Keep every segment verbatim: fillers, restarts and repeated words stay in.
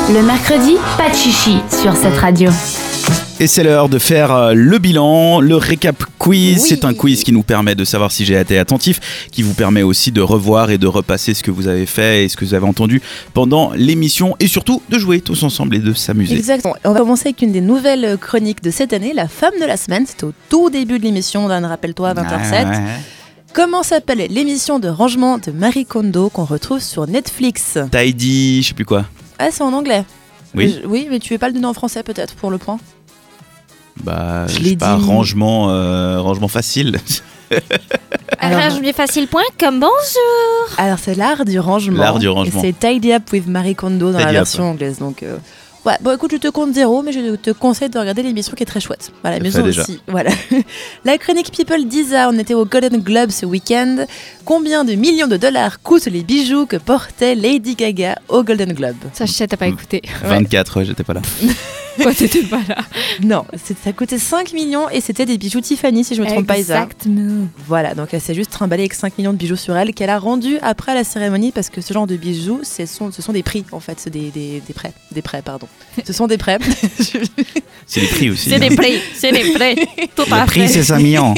Le mercredi, pas de chichi sur cette radio. Et c'est l'heure de faire le bilan, le récap quiz. Oui. C'est un quiz qui nous permet de savoir si j'ai été attentif, qui vous permet aussi de revoir et de repasser ce que vous avez fait et ce que vous avez entendu pendant l'émission et surtout de jouer tous ensemble et de s'amuser. Exactement. On va commencer avec une des nouvelles chroniques de cette année, la femme de la semaine. C'était au tout début de l'émission, Dan, rappelle-toi, à vingt heures zéro sept. Ouais, ouais. Comment s'appelle l'émission de rangement de Marie Kondo qu'on retrouve sur Netflix? Tidy, je sais plus quoi. Ah, c'est en anglais. Oui. Je- oui, mais tu veux pas le donner en français peut-être pour le point? Bah, Je je l'ai sais pas, dit. rangement, euh, rangement facile. Alors- Arrange-facile.com, bonjour. Alors c'est l'art du rangement. L'art du rangement. Et c'est Tidy Up with Marie Kondo dans Tidy la Up. version anglaise. Donc, euh, ouais, bon écoute, je te compte zéro, mais je te conseille de regarder l'émission qui est très chouette. Voilà, Ça mais fait nous déjà. aussi. Voilà. La chronique People d'Isa, on était au Golden Globe ce week-end. Combien de millions de dollars coûtent les bijoux que portait Lady Gaga au Golden Globe? Ça, je sais, t'as pas écouté. vingt-quatre, ouais, j'étais pas là. Quoi, t'étais pas là. Non, c'est- ça coûtait cinq millions et c'était des bijoux Tiffany, si je me trompe pas, Isa. Exactement. Voilà, donc elle s'est juste trimballée avec cinq millions de bijoux sur elle qu'elle a rendus après la cérémonie parce que ce genre de bijoux, ce sont, ce sont des prix en fait, c'est des, des, des prêts, des prêts, pardon. Ce sont des prêts. C'est les prix aussi. C'est des prix, c'est des prix. Tout à Le prix, fait. c'est cinq millions.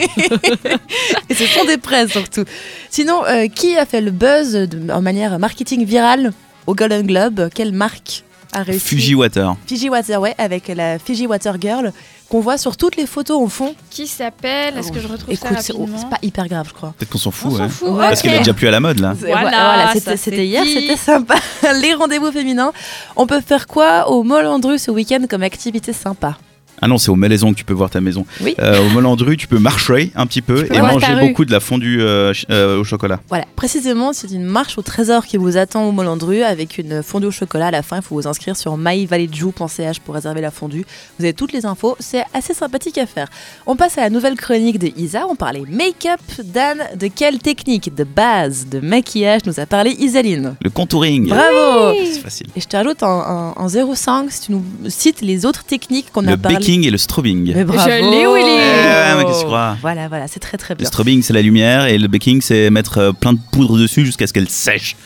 Et ce sont des prêts surtout. Sinon, euh, qui a fait le buzz de, en manière marketing virale au Golden Globe? Quelle marque a réussi? Fuji Water. Fiji Water, ouais, avec la Fiji Water Girl qu'on voit sur toutes les photos au fond. Qui s'appelle? Est-ce que je retrouve Écoute, ça c'est rapidement? oh, c'est pas hyper grave, je crois. Peut-être qu'on s'en fout, On s'en ouais. fout. Ouais, Parce ok. qu'elle est déjà plus à la mode, là. C'est- Voilà, voilà, ça, c'était, c'est c'était hier, dit. c'était sympa. Les rendez-vous féminins. On peut faire quoi au Molandru ce week-end comme activité sympa? Ah non, c'est au Malaison que tu peux voir ta maison. Oui. Euh, au Molandru, tu peux marcher un petit peu peux et voir manger ta rue. beaucoup de la fondue euh, ch- euh, au chocolat. Voilà, précisément, c'est une marche au trésor qui vous attend au Molandru avec une fondue au chocolat. À la fin, il faut vous inscrire sur my valley jou point c h pour réserver la fondue. Vous avez toutes les infos, c'est assez sympathique à faire. On passe à la nouvelle chronique de Isa. On parlait make-up. Dan, de quelle technique de base de maquillage nous a parlé Isaline? Le contouring. Bravo! C'est facile. Et je te rajoute en, en, en zéro virgule cinq si tu nous cites les autres techniques qu'on Le a parlé. baking et le strobing. Mais bravo. Je l'ai, Willy. Eh, mais qu'est-ce que tu crois? Voilà, voilà, c'est très très Le bien. strobing, c'est la lumière et le baking, c'est mettre euh, plein de poudre dessus jusqu'à ce qu'elle sèche.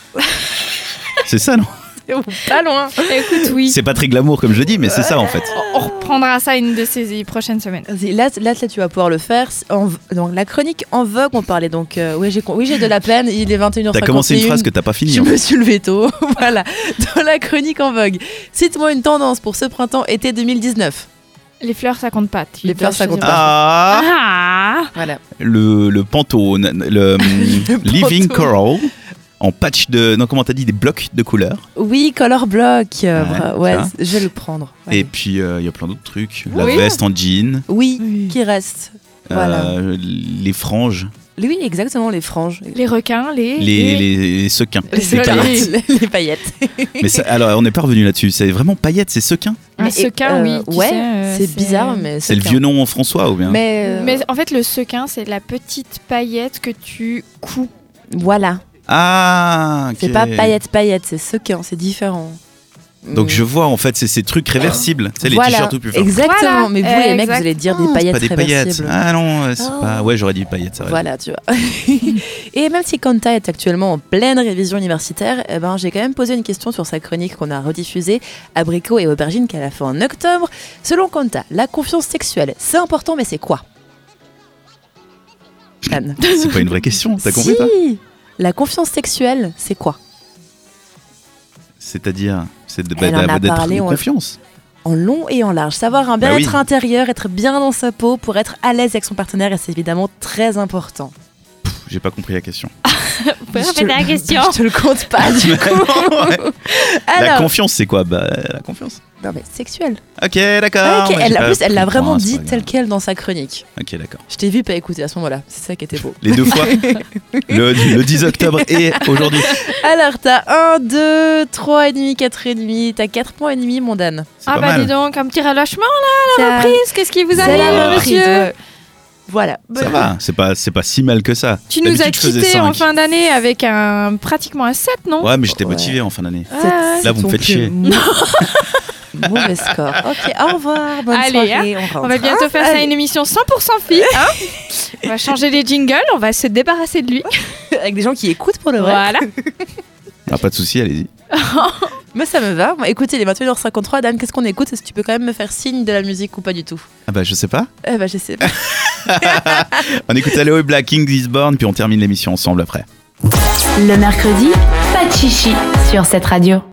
C'est ça, non? Pas loin. Écoute, oui. C'est pas très glamour comme je dis, mais c'est ça en fait. On reprendra ça une de ces prochaines semaines. Vas-y, Là, là, là, tu vas pouvoir le faire. En, donc, la chronique en vogue, on parlait donc. euh, oui, j'ai, oui, j'ai de la peine. Il est vingt et une heures T'as cinquante et un. commencé une phrase que t'as pas finie. Je en fait. me suis levé tôt. Voilà. Dans la chronique en vogue. Cite-moi une tendance pour ce printemps-été deux mille dix-neuf. Les fleurs, ça compte pas. Tu Les dois fleurs, ça compte choisir. Ah, Ah. Voilà. le, le pantone, le, hum, Living Coral en patch de. Non, comment t'as dit? Des blocs de couleurs. Oui, color block. euh, Ouais, bra- ouais, ça. je vais le prendre. Et Ouais. puis il y a plein d'autres trucs. La Oui. veste en jean, Oui, Oui. qui reste. Voilà. euh, les franges, Oui, exactement, les franges. Les requins, les. les, les, les sequins. Les, Les paillettes. les paillettes. Mais ça- alors, on n'est pas revenu là-dessus. C'est vraiment paillettes, c'est sequin. Un Mais, sequin, euh, oui. tu ouais, sais, euh, c'est bizarre, mais C'est le sequin. vieux nom en François ou bien? Mais, euh, Mais en fait, le sequin, c'est la petite paillette que tu coupes. voilà. Ah, ok. C'est pas paillettes, paillettes, c'est sequin, c'est différent. Donc Mm. je vois en fait, c'est ces trucs réversibles. Tu sais, les Voilà, t-shirts tout plus forts. exactement. Voilà, Mais vous, les mecs, vous allez dire des C'est paillettes pas des paillettes. réversibles. Ah non, euh, c'est Oh. pas. Ouais, j'aurais dit paillettes, ça. Voilà, tu vois. Et même si Kanta est actuellement en pleine révision universitaire, eh ben, j'ai quand même posé une question sur sa chronique qu'on a rediffusée, Abricot et Aubergine, qu'elle a fait en octobre. Selon Kanta, la confiance sexuelle, c'est important, mais c'est quoi? Anne. C'est pas une vraie question, t'as compris Si. pas? La confiance sexuelle, c'est quoi? C'est-à-dire, c'est de- Elle en a d'être parlé, en on- confiance. En long et en large. Savoir un Bah bien-être oui. intérieur, être bien dans sa peau pour être à l'aise avec son partenaire, et c'est évidemment très important. J'ai pas compris la question. Vous pouvez Je répéter te- la question? Je te le compte pas, du coup. Ouais. La Alors, confiance, c'est quoi? Bah, la confiance. non mais sexuel. Ok, d'accord. Ok, Moi, elle, j'ai en pas plus, elle pris l'a le vraiment point, c'est dit pas tel grave. quel dans sa chronique. Ok, d'accord. Je t'ai vu pas écouter à ce moment-là. C'est ça qui était beau. Les deux fois, le, le dix octobre et aujourd'hui. Alors, t'as un, deux, trois et demi, quatre et demi. T'as quatre points et demi, mon Dan. C'est Ah pas bah mal. dis donc, un petit relâchement là, Ça- reprise. Qu'est-ce qui vous C'est arrive, la reprise, monsieur? ouais. Voilà. Ça va, c'est pas, c'est pas si mal que ça. Tu nous as D'habitude, je faisais quittés en cinq. fin d'année avec un pratiquement un sept, non? Ouais, mais j'étais Ouais. motivé en fin d'année. Ah, C'est- ouais. c'est Là, vous me ton faites plus chier. mau- Mauvais score. Ok, au revoir. Bonne Allez, soirée. On, On va bientôt faire ça une émission cent pour cent filles. Hein, on va changer les jingles, on va se débarrasser de lui. avec des gens qui écoutent pour le vrai. Voilà. Ah, pas de souci, allez-y. Mais ça me va. Écoutez, il est vingt et une heures cinquante-trois. Dan, qu'est-ce qu'on écoute? Est-ce que tu peux quand même me faire signe de la musique ou pas du tout? Ah bah je sais pas. Eh bah je sais pas. On écoute Aloe Black, King is Born, puis on termine l'émission ensemble après. Le mercredi, pas de chichi sur cette radio.